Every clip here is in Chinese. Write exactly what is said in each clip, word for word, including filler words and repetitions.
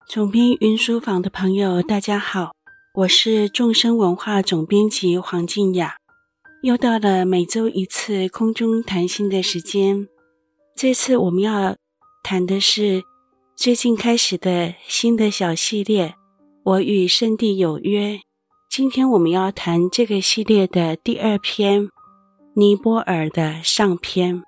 总编云书房的朋友大家好，我是众生文化总编辑黄静雅，又到了每周一次空中谈心的时间。这次我们要谈的是最近开始的新的小系列，我与圣地有约。今天我们要谈这个系列的第二篇，尼泊尔的上篇。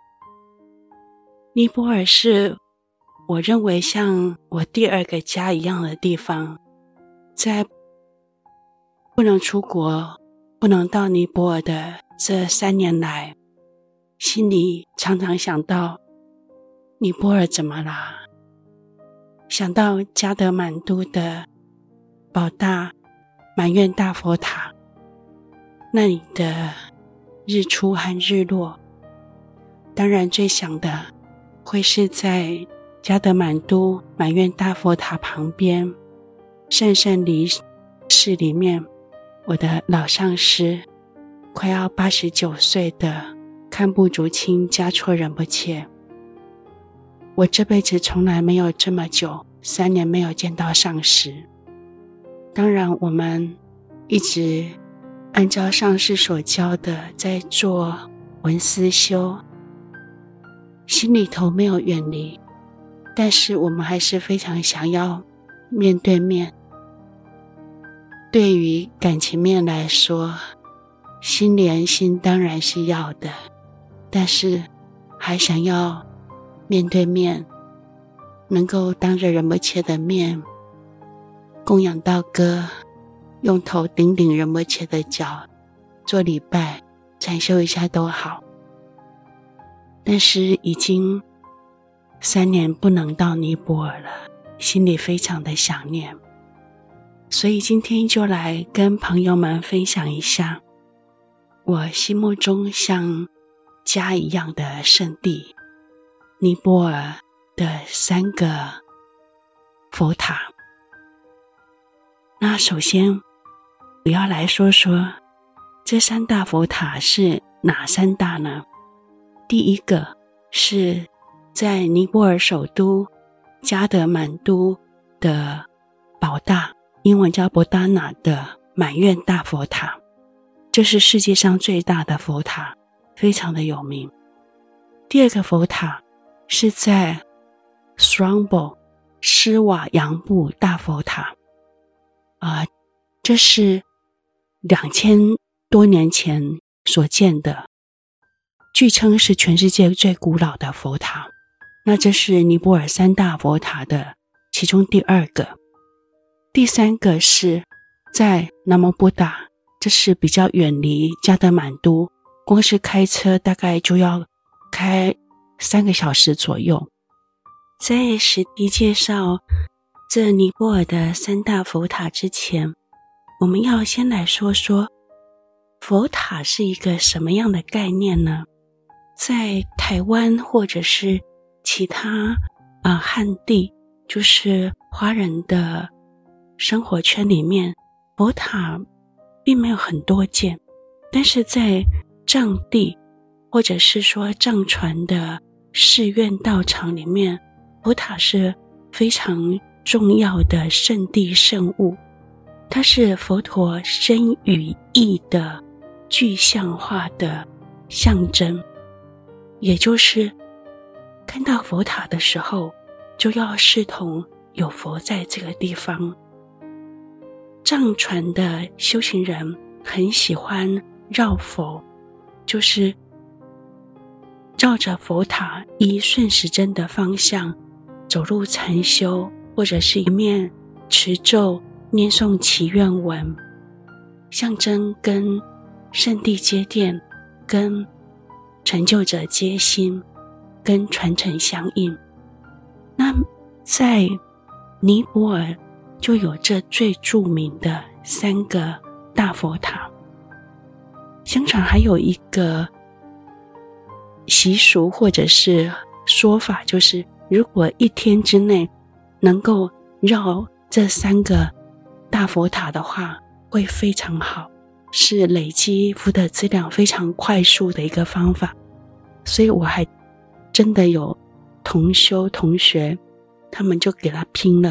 尼泊尔是我认为像我第二个家一样的地方，在不能出国、不能到尼泊尔的这三年来，心里常常想到尼泊尔怎么啦？想到加德满都的宝大满愿大佛塔，那里的日出和日落，当然最想的会是在加德满都满愿大佛塔旁边圣圣离寺里面，我的老上师快要八十九岁的堪布竹清嘉措仁波切。我这辈子从来没有这么久三年没有见到上师，当然我们一直按照上师所教的在做闻思修，心里头没有远离，但是我们还是非常想要面对面。对于感情面来说，心连心当然是要的，但是还想要面对面，能够当着仁波切的面供养道歌，用头顶顶仁波切的脚做礼拜禅修一下都好。但是已经三年不能到尼泊尔了，心里非常的想念，所以今天就来跟朋友们分享一下我心目中像家一样的圣地尼泊尔的三个佛塔。那首先我要来说说这三大佛塔是哪三大呢？第一个是在尼泊尔首都加德满都的宝大，英文叫博达纳的满愿大佛塔，这是世界上最大的佛塔，非常的有名。第二个佛塔是在 Srangpo 施瓦扬布大佛塔，呃，这是两千多年前所建的，据称是全世界最古老的佛塔。那这是尼泊尔三大佛塔的其中第二个。第三个是在南摩布达，这是比较远离加德满都，光是开车大概就要开三个小时左右。在实地介绍这尼泊尔的三大佛塔之前，我们要先来说说佛塔是一个什么样的概念呢？在台湾或者是其他呃汉地，就是华人的生活圈里面，佛塔并没有很多件，但是在藏地或者是说藏传的寺院道场里面，佛塔是非常重要的圣地圣物，它是佛陀身与意的具象化的象征，也就是看到佛塔的时候就要视同有佛在这个地方。藏传的修行人很喜欢绕佛，就是绕着佛塔依顺时针的方向走入禅修，或者是一面持咒念诵祈愿文，象征跟圣地接奠，跟成就者接心，跟传承相应。那在尼泊尔就有这最著名的三个大佛塔。相传还有一个习俗或者是说法，就是如果一天之内能够绕这三个大佛塔的话，会非常好，是累积福德资粮非常快速的一个方法。所以我还真的有同修同学，他们就给他拼了，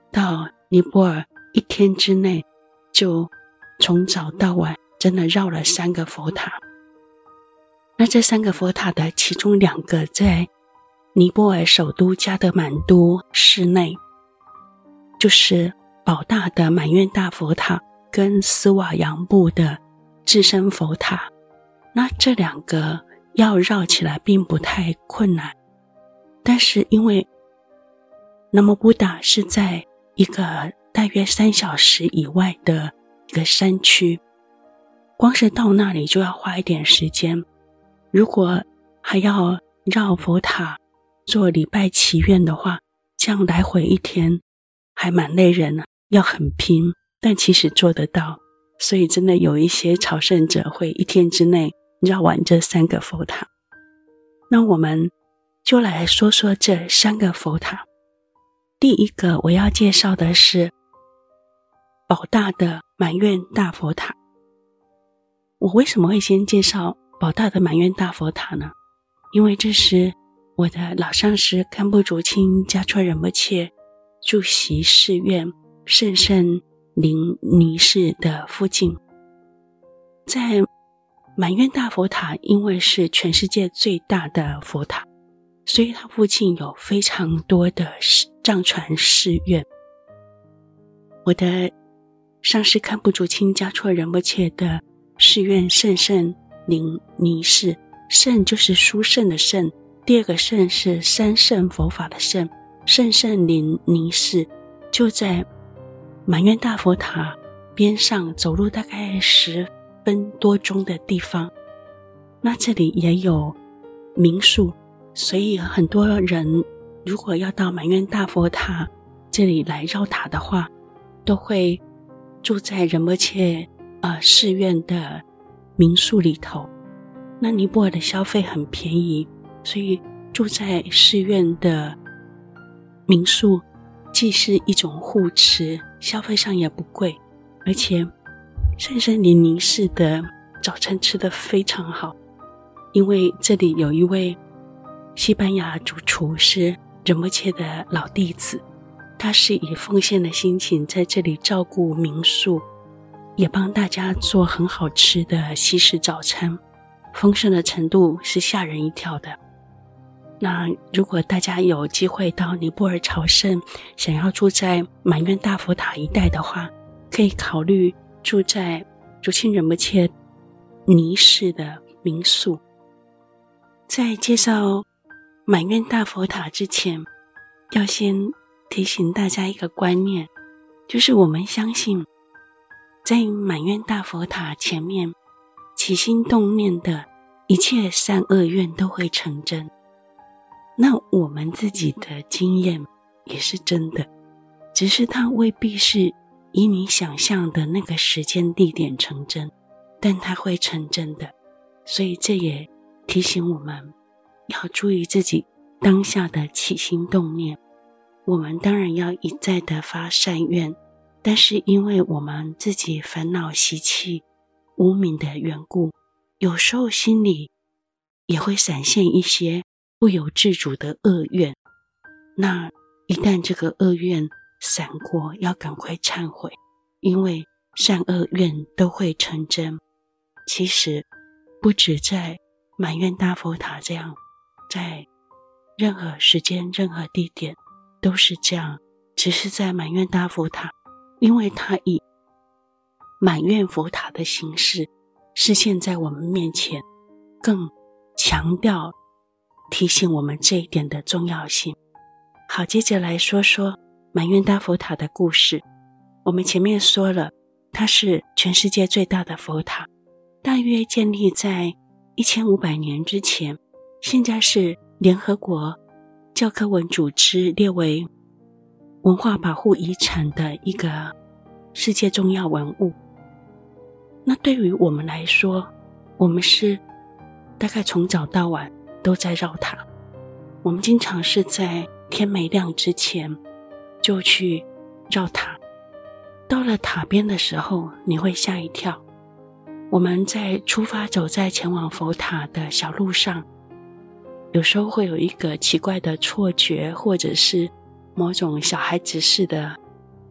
到尼泊尔一天之内就从早到晚真的绕了三个佛塔。那这三个佛塔的其中两个在尼泊尔首都加德满都市内，就是宝大的满愿大佛塔跟斯瓦扬布的智身佛塔。那这两个要绕起来并不太困难，但是因为南摩布达是在一个大约三小时以外的一个山区，光是到那里就要花一点时间，如果还要绕佛塔做礼拜祈愿的话，这样来回一天还蛮累人的，要很拼，但其实做得到。所以真的有一些朝圣者会一天之内绕完这三个佛塔。那我们就来说说这三个佛塔。第一个我要介绍的是宝大的满愿大佛塔。我为什么会先介绍宝大的满愿大佛塔呢？因为这是我的老上师堪布竹清嘉措仁波切住席寺院圣圣林尼寺的附近。在满愿大佛塔因为是全世界最大的佛塔，所以它附近有非常多的藏传寺院。我的上师堪布竹清嘉措仁波切的寺院圣圣林尼寺，圣就是殊胜的圣，第二个圣是三圣佛法的圣，圣圣林尼寺就在满愿大佛塔边上，走路大概十分多钟的地方。那这里也有民宿，所以很多人如果要到满愿大佛塔这里来绕塔的话，都会住在仁波切呃寺院的民宿里头。那尼泊尔的消费很便宜，所以住在寺院的民宿既是一种护持，消费上也不贵，而且圣圣林尼寺的早餐吃得非常好，因为这里有一位西班牙主厨是仁波切的老弟子，他是以奉献的心情在这里照顾民宿，也帮大家做很好吃的西式早餐，丰盛的程度是吓人一跳的。那如果大家有机会到尼泊尔朝圣，想要住在满愿大佛塔一带的话，可以考虑住在竹清仁波切尼寺的民宿。在介绍满愿大佛塔之前，要先提醒大家一个观念，就是我们相信在满愿大佛塔前面起心动念的一切善恶愿都会成真。那我们自己的经验也是真的，只是它未必是以你想象的那个时间地点成真，但它会成真的。所以这也提醒我们要注意自己当下的起心动念。我们当然要一再的发善愿，但是因为我们自己烦恼习气无明的缘故，有时候心里也会闪现一些不由自主的恶愿。那一旦这个恶愿闪过，要赶快忏悔，因为善恶愿都会成真。其实不止在满愿大佛塔这样，在任何时间任何地点都是这样，只是在满愿大佛塔，因为它以满愿佛塔的形式示现在我们面前，更强调提醒我们这一点的重要性。好，接着来说说满愿大佛塔的故事。我们前面说了，它是全世界最大的佛塔，大约建立在一千五百年之前，现在是联合国教科文组织列为文化保护遗产的一个世界重要文物。那对于我们来说，我们是大概从早到晚都在绕塔，我们经常是在天没亮之前就去绕塔，到了塔边的时候你会吓一跳。我们在出发走在前往佛塔的小路上，有时候会有一个奇怪的错觉，或者是某种小孩子式的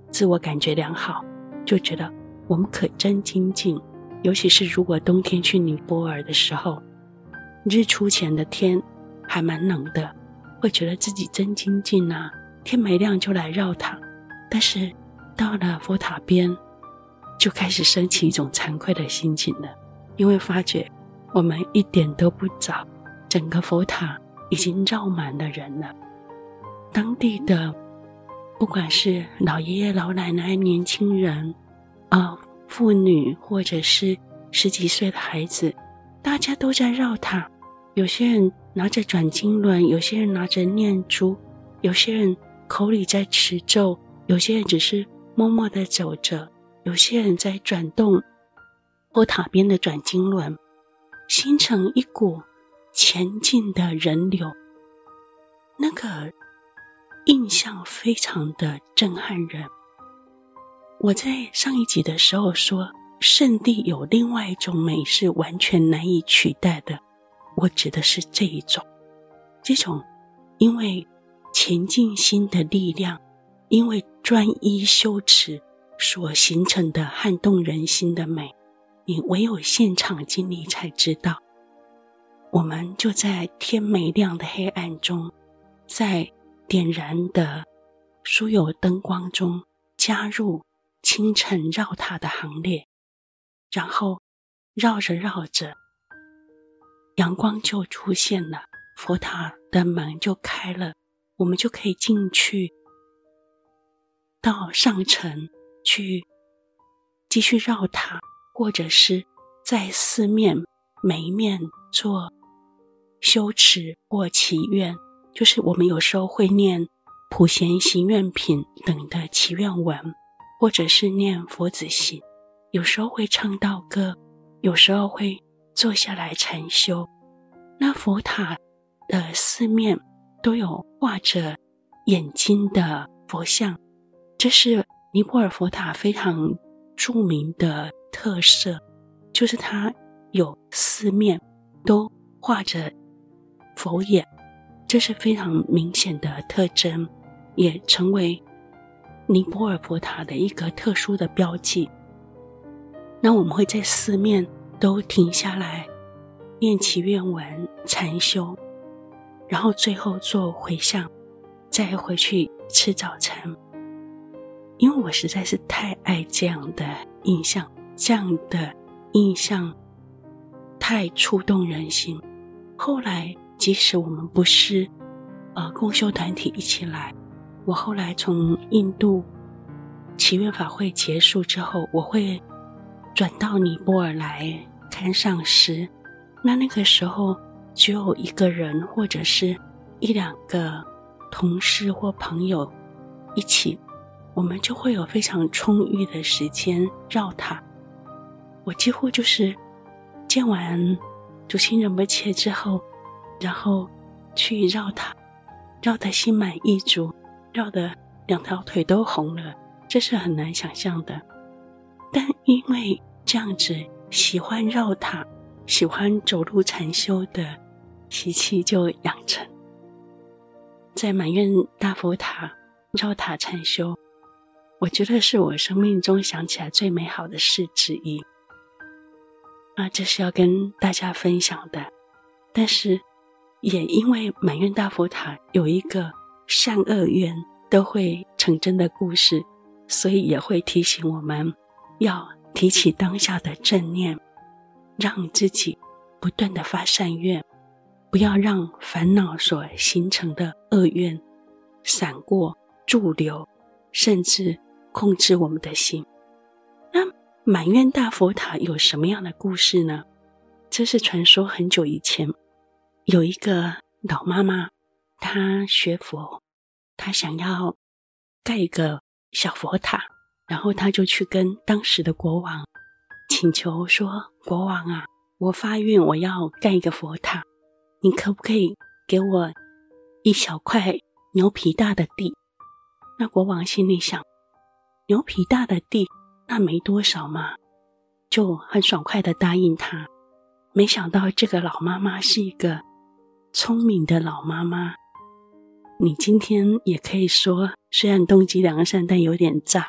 自我感觉良好，就觉得我们可真精进。尤其是如果冬天去尼泊尔的时候，日出前的天还蛮冷的，会觉得自己真精进啊，天没亮就来绕塔。但是到了佛塔边，就开始升起一种惭愧的心情了，因为发觉我们一点都不早，整个佛塔已经绕满了人了。当地的不管是老爷爷老奶奶、年轻人啊、呃、妇女，或者是十几岁的孩子，大家都在绕塔。有些人拿着转经轮，有些人拿着念珠，有些人口里在持咒，有些人只是默默地走着，有些人在转动佛塔边的转经轮，形成一股前进的人流。那个印象非常的震撼人。我在上一集的时候说，圣地有另外一种美是完全难以取代的，我指的是这一种，这种因为前进心的力量，因为专一修持所形成的撼动人心的美，你唯有现场经历才知道。我们就在天没亮的黑暗中，在点燃的酥油灯光中加入清晨绕塔的行列，然后绕着绕着，阳光就出现了，佛塔的门就开了，我们就可以进去到上层去继续绕塔，或者是在四面每一面做修持或祈愿，就是我们有时候会念普贤行愿品等的祈愿文，或者是念佛子行，有时候会唱道歌，有时候会坐下来禅修。那佛塔的四面都有画着眼睛的佛像，这是尼泊尔佛塔非常著名的特色，就是它有四面都画着佛眼，这是非常明显的特征，也成为尼泊尔佛塔的一个特殊的标记。那我们会在四面都停下来念祈愿文禅修，然后最后做回向，再回去吃早餐。因为我实在是太爱这样的印象，这样的印象太触动人心。后来即使我们不是呃共修团体一起来，我后来从印度祈愿法会结束之后，我会转到尼泊尔来看上师。那那个时候只有一个人或者是一两个同事或朋友一起，我们就会有非常充裕的时间绕塔。我几乎就是见完主欽仁波切之后，然后去绕塔，绕得心满意足，绕得两条腿都红了，这是很难想象的。但因为这样子喜欢绕塔，喜欢走路禅修的习气就养成。在满愿大佛塔绕塔禅修，我觉得是我生命中想起来最美好的事之一。啊，这是要跟大家分享的。但是也因为满愿大佛塔有一个善恶愿都会成真的故事，所以也会提醒我们要提起当下的正念，让自己不断的发善愿，不要让烦恼所形成的恶愿闪过驻留，甚至控制我们的心。那满愿大佛塔有什么样的故事呢？这是传说很久以前有一个老妈妈，她学佛，她想要盖一个小佛塔，然后她就去跟当时的国王请求说，国王啊，我发愿我要盖一个佛塔，你可不可以给我一小块牛皮大的地？那国王心里想，牛皮大的地那没多少嘛，就很爽快地答应他。没想到这个老妈妈是一个聪明的老妈妈，你今天也可以说虽然动机良善但有点炸，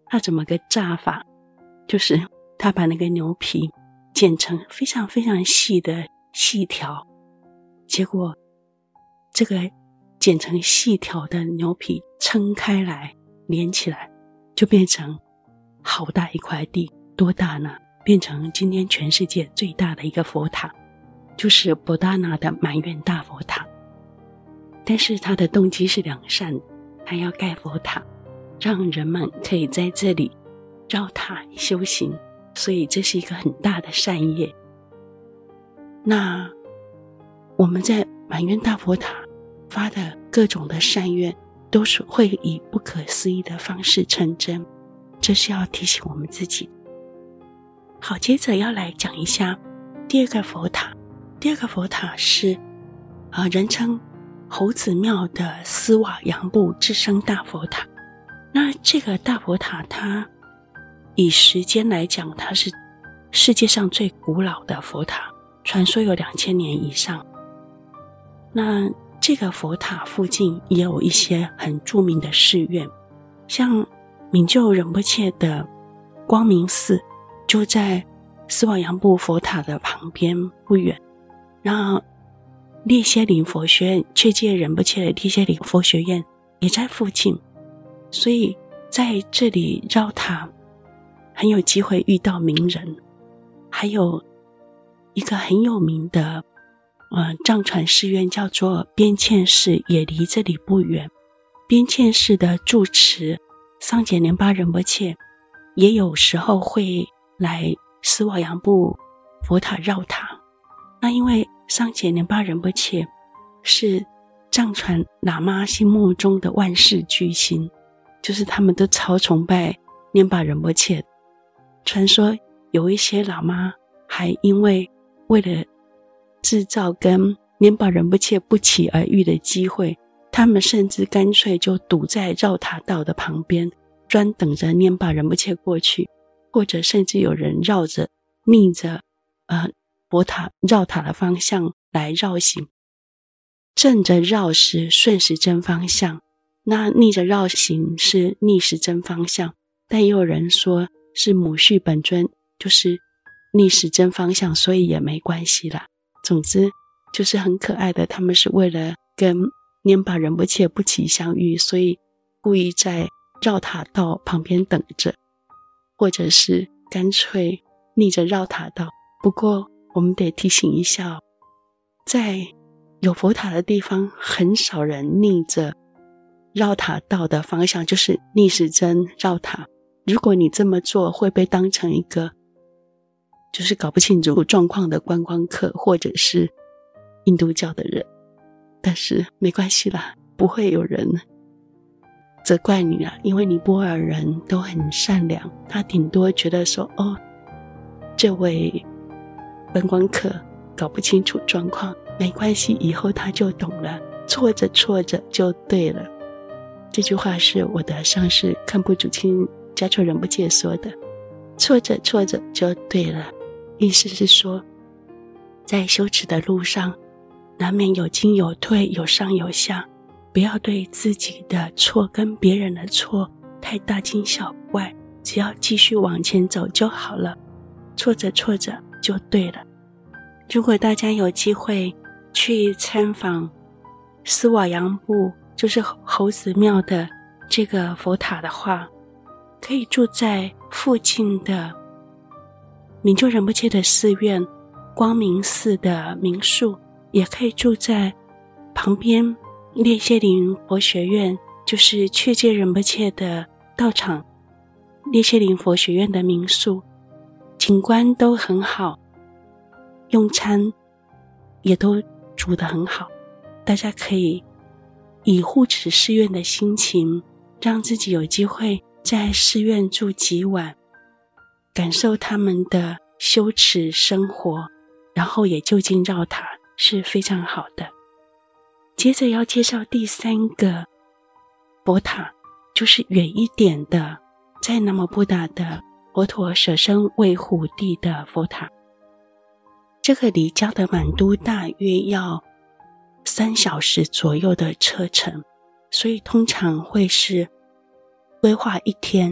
他怎么个炸法？就是他把那个牛皮剪成非常非常细的细条，结果这个剪成细条的牛皮撑开来连起来，就变成好大一块地。多大呢？变成今天全世界最大的一个佛塔，就是博达纳的满愿大佛塔。但是他的动机是良善的，他要盖佛塔，让人们可以在这里绕塔修行，所以这是一个很大的善业。那我们在满愿大佛塔发的各种的善愿，都是会以不可思议的方式成真，这是要提醒我们自己。好，接着要来讲一下第二个佛塔。第二个佛塔是呃，人称猴子庙的斯瓦扬布智生大佛塔。那这个大佛塔它以时间来讲，它是世界上最古老的佛塔，传说有两千年以上。那这个佛塔附近也有一些很著名的寺院，像敏就仁波切的光明寺就在斯瓦扬布佛塔的旁边不远，然后列谢林佛学院确界仁波切的列谢林佛学院也在附近，所以在这里绕塔很有机会遇到名人。还有一个很有名的呃藏传寺院叫做边茜寺，也离这里不远。边茜寺的住持桑杰莲巴仁波切也有时候会来斯瓦扬布佛塔绕塔。那因为桑杰莲巴仁波切是藏传喇嘛心目中的万世巨星，就是他们都超崇拜莲巴仁波切。传说有一些喇嘛还因为为了制造跟莲巴仁波切不期而遇的机会，他们甚至干脆就堵在绕塔道的旁边，专等着莲巴仁波切过去，或者甚至有人绕着逆着呃佛塔绕塔的方向来绕行。正着绕是顺时针方向，那逆着绕行是逆时针方向，但也有人说是母续本尊就是逆时针方向，所以也没关系啦。总之就是很可爱的，他们是为了跟莲巴仁波切不期相遇，所以故意在绕塔道旁边等着，或者是干脆逆着绕塔道。不过我们得提醒一下哦，在有佛塔的地方很少人逆着绕塔道的方向，就是逆时针绕塔。如果你这么做会被当成一个就是搞不清楚状况的观光客，或者是印度教的人。但是没关系啦，不会有人责怪你啦，因为尼泊尔人都很善良，他顶多觉得说哦，这位观光客搞不清楚状况，没关系，以后他就懂了，错着错着就对了。这句话是我的上师堪布祖钦嘉措仁波切说的，错着错着就对了。意思是说，在修持的路上难免有进有退，有上有下，不要对自己的错跟别人的错太大惊小怪，只要继续往前走就好了，错着错着就对了。如果大家有机会去参访斯瓦扬布就是猴子庙的这个佛塔的话，可以住在附近的敏就仁波切的寺院光明寺的民宿，也可以住在旁边列谢林佛学院就是确界仁波切的道场列谢林佛学院的民宿，景观都很好，用餐也都煮得很好。大家可以以护持寺院的心情，让自己有机会在寺院住几晚，感受他们的修持生活，然后也就近绕塔，是非常好的。接着要介绍第三个佛塔，就是远一点的，在南摩布达的佛陀舍身卫护地的佛塔。这个离加德满都大约要三小时左右的车程，所以通常会是规划一天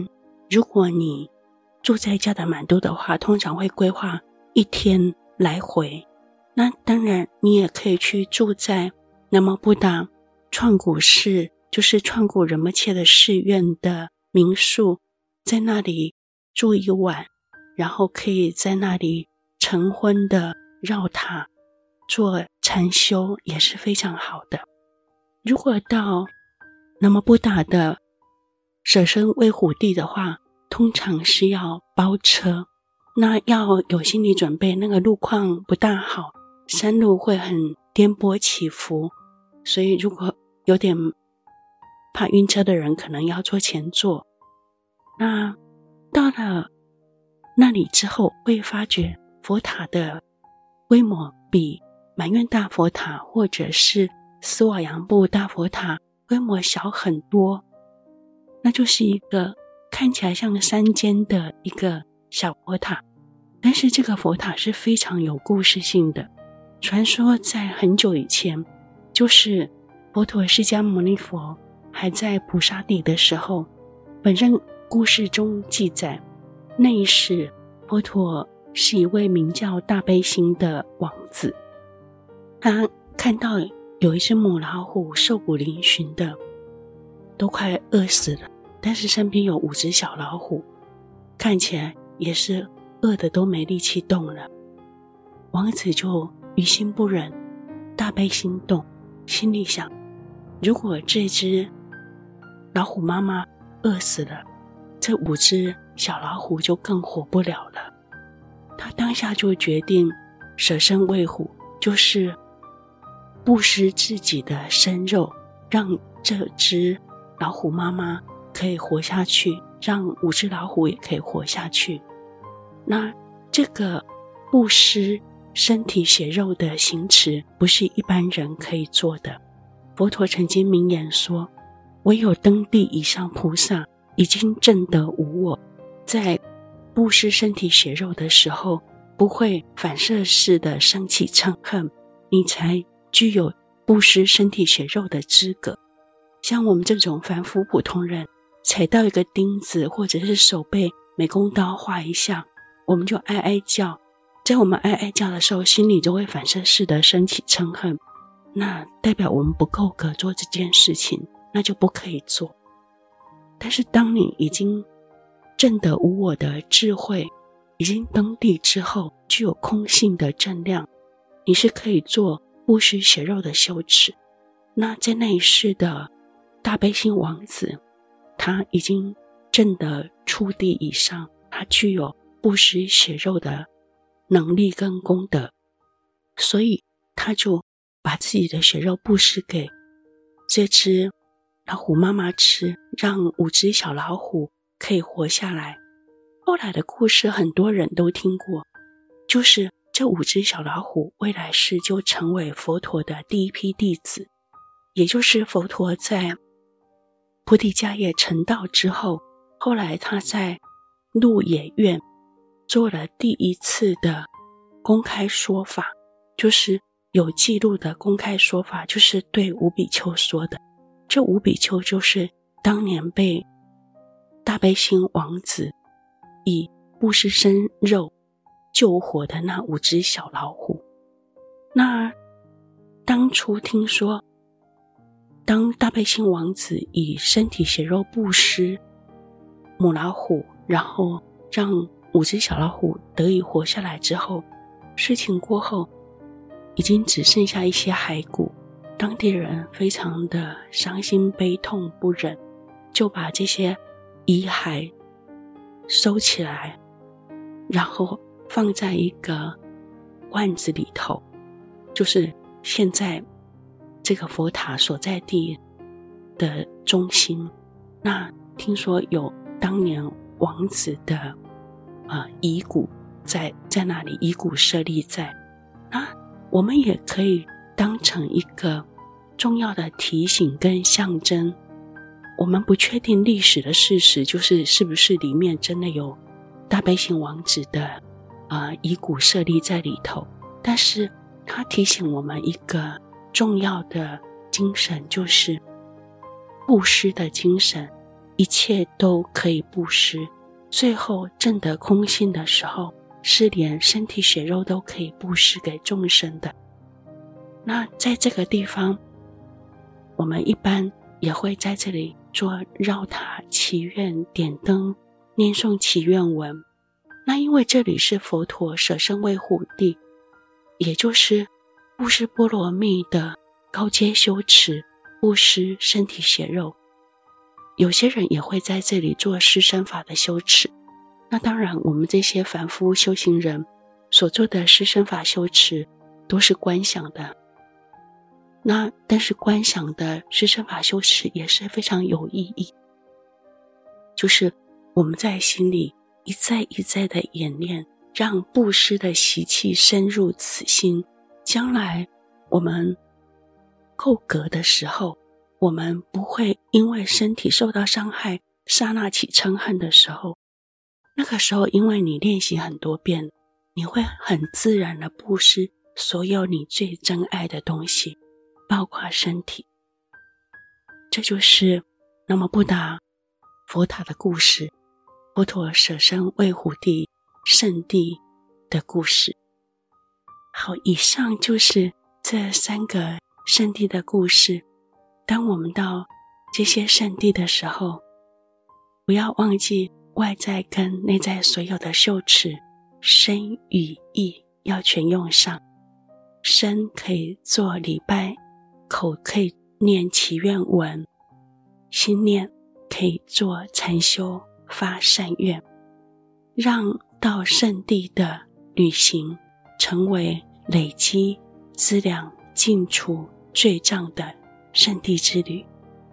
如果你住在加德满都的话，通常会规划一天来回。那当然你也可以去住在南摩布达创古寺，就是创古仁波切的寺院的民宿，在那里住一晚，然后可以在那里晨昏的绕塔做禅修，也是非常好的。如果到南摩布达的舍身卫虎地的话，通常是要包车，那要有心理准备，那个路况不大好，山路会很颠簸起伏，所以如果有点怕晕车的人，可能要坐前座。那到了那里之后，会发觉佛塔的规模比满愿大佛塔或者是斯瓦扬布大佛塔规模小很多，那就是一个看起来像山间的一个小佛塔，但是这个佛塔是非常有故事性的。传说在很久以前，就是佛陀释迦牟尼佛还在菩萨地的时候，本任故事中记载，那一世佛陀是一位名叫大悲心的王子，他看到有一只母老虎瘦骨嶙峋的，都快饿死了，但是身边有五只小老虎，看起来也是饿得都没力气动了。王子就于心不忍，大悲心动，心里想，如果这只老虎妈妈饿死了，这五只小老虎就更活不了了。他当下就决定舍身喂虎，就是布施自己的身肉，让这只老虎妈妈可以活下去，让五只老虎也可以活下去。那这个布施身体血肉的行持，不是一般人可以做的。佛陀曾经明言说，唯有登地以上菩萨已经证得无我，在布施身体血肉的时候，不会反射式的生起嗔恨，你才具有布施身体血肉的资格。像我们这种凡夫普通人，踩到一个钉子，或者是手被美工刀划一下，我们就哀哀叫，在我们哀哀叫的时候，心里就会反射式的升起嗔恨，那代表我们不够格做这件事情，那就不可以做。但是当你已经证得无我的智慧，已经登地之后，具有空性的正量，你是可以做布施血肉的修持。那在那一世的大悲心王子，他已经证得初地以上，他具有布施血肉的能力跟功德，所以他就把自己的血肉布施给这只老虎妈妈吃，让五只小老虎可以活下来。后来的故事很多人都听过，就是这五只小老虎未来世就成为佛陀的第一批弟子，也就是佛陀在菩提迦叶成道之后，后来他在鹿野苑做了第一次的公开说法，就是有记录的公开说法，就是对五比丘说的。这五比丘就是当年被大悲心王子以布施身肉救活的那五只小老虎。那当初听说，当大悲心王子以身体血肉布施母老虎，然后让五只小老虎得以活下来之后，事情过后已经只剩下一些骸骨，当地人非常的伤心悲痛不忍，就把这些遗骸收起来，然后放在一个罐子里头，就是现在这个佛塔所在地的中心。那听说有当年王子的呃遗骨在在那里，遗骨舍利在，那我们也可以当成一个重要的提醒跟象征。我们不确定历史的事实，就是是不是里面真的有大悲心王子的呃遗骨舍利在里头，但是它提醒我们一个重要的精神，就是布施的精神，一切都可以布施， 最后证得空性的时候，是连身体血肉都可以布施给众生的。那在这个地方，我们一般也会在这里做绕塔、祈愿、点灯、念诵祈愿文。那因为这里是佛陀舍身为虎地，也就是布施波罗蜜的高阶修持，布施身体血肉。有些人也会在这里做施身法的修持。那当然，我们这些凡夫修行人所做的施身法修持都是观想的。那但是观想的施身法修持也是非常有意义，就是我们在心里一再一再的演练，让布施的习气深入此心，将来我们够格的时候，我们不会因为身体受到伤害，刹那起嗔恨的时候，那个时候因为你练习很多遍，你会很自然的布施所有你最珍爱的东西，包括身体。这就是那么布达佛塔的故事，佛陀舍身为虎地圣地的故事。好，以上就是这三个圣地的故事。当我们到这些圣地的时候，不要忘记外在跟内在所有的修持，身语意要全用上。身可以做礼拜，口可以念祈愿文，心念可以做禅修发善愿，让到圣地的旅行成为累积资粮净除罪障的圣地之旅。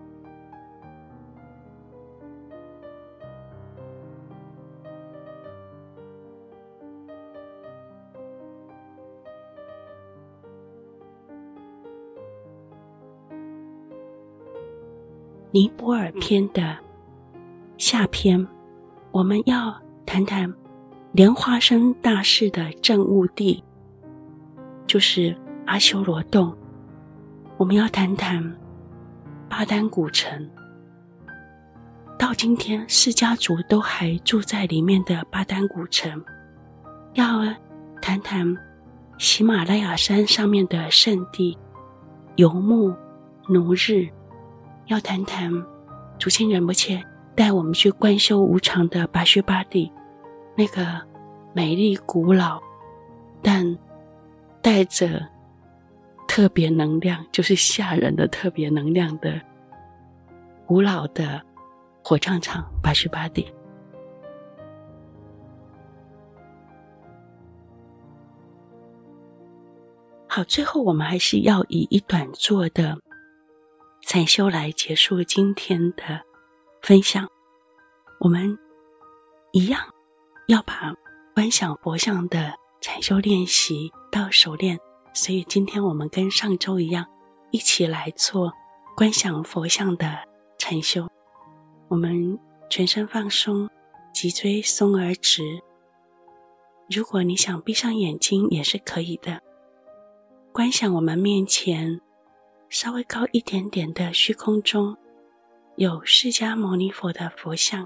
尼泊尔篇的下篇，我们要谈谈莲花生大士的证悟地，就是阿修罗洞。我们要谈谈巴丹古城，到今天释迦族都还住在里面的巴丹古城。要谈谈喜马拉雅山上面的圣地游牧奴日，要谈谈竹清仁波切带我们去观修无常的巴须巴地，那个美丽古老但带着特别能量，就是吓人的特别能量的古老的火葬场巴须巴地。好，最后我们还是要以一短座的禅修来结束今天的分享。我们一样要把观想佛像的禅修练习到熟练，所以今天我们跟上周一样，一起来做观想佛像的禅修。我们全身放松，脊椎松而直。如果你想闭上眼睛也是可以的。观想我们面前稍微高一点点的虚空中有释迦牟尼佛的佛像。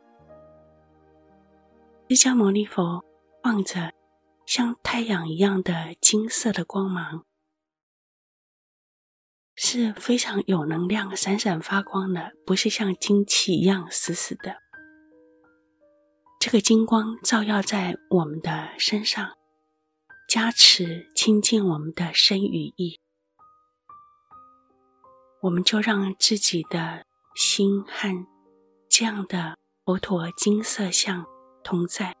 释迦牟尼佛放着像太阳一样的金色的光芒，是非常有能量闪闪发光的，不是像金气一样死死的。这个金光照耀在我们的身上，加持亲近我们的身语意，我们就让自己的心和这样的佛陀金色像同在，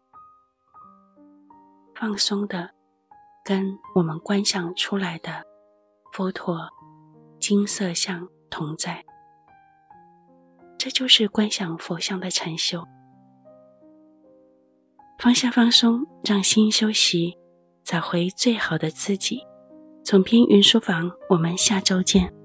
放松的跟我们观想出来的佛陀金色像同在。这就是观想佛像的禅修。放下放松，让心休息，找回最好的自己。总编云书房，我们下周见。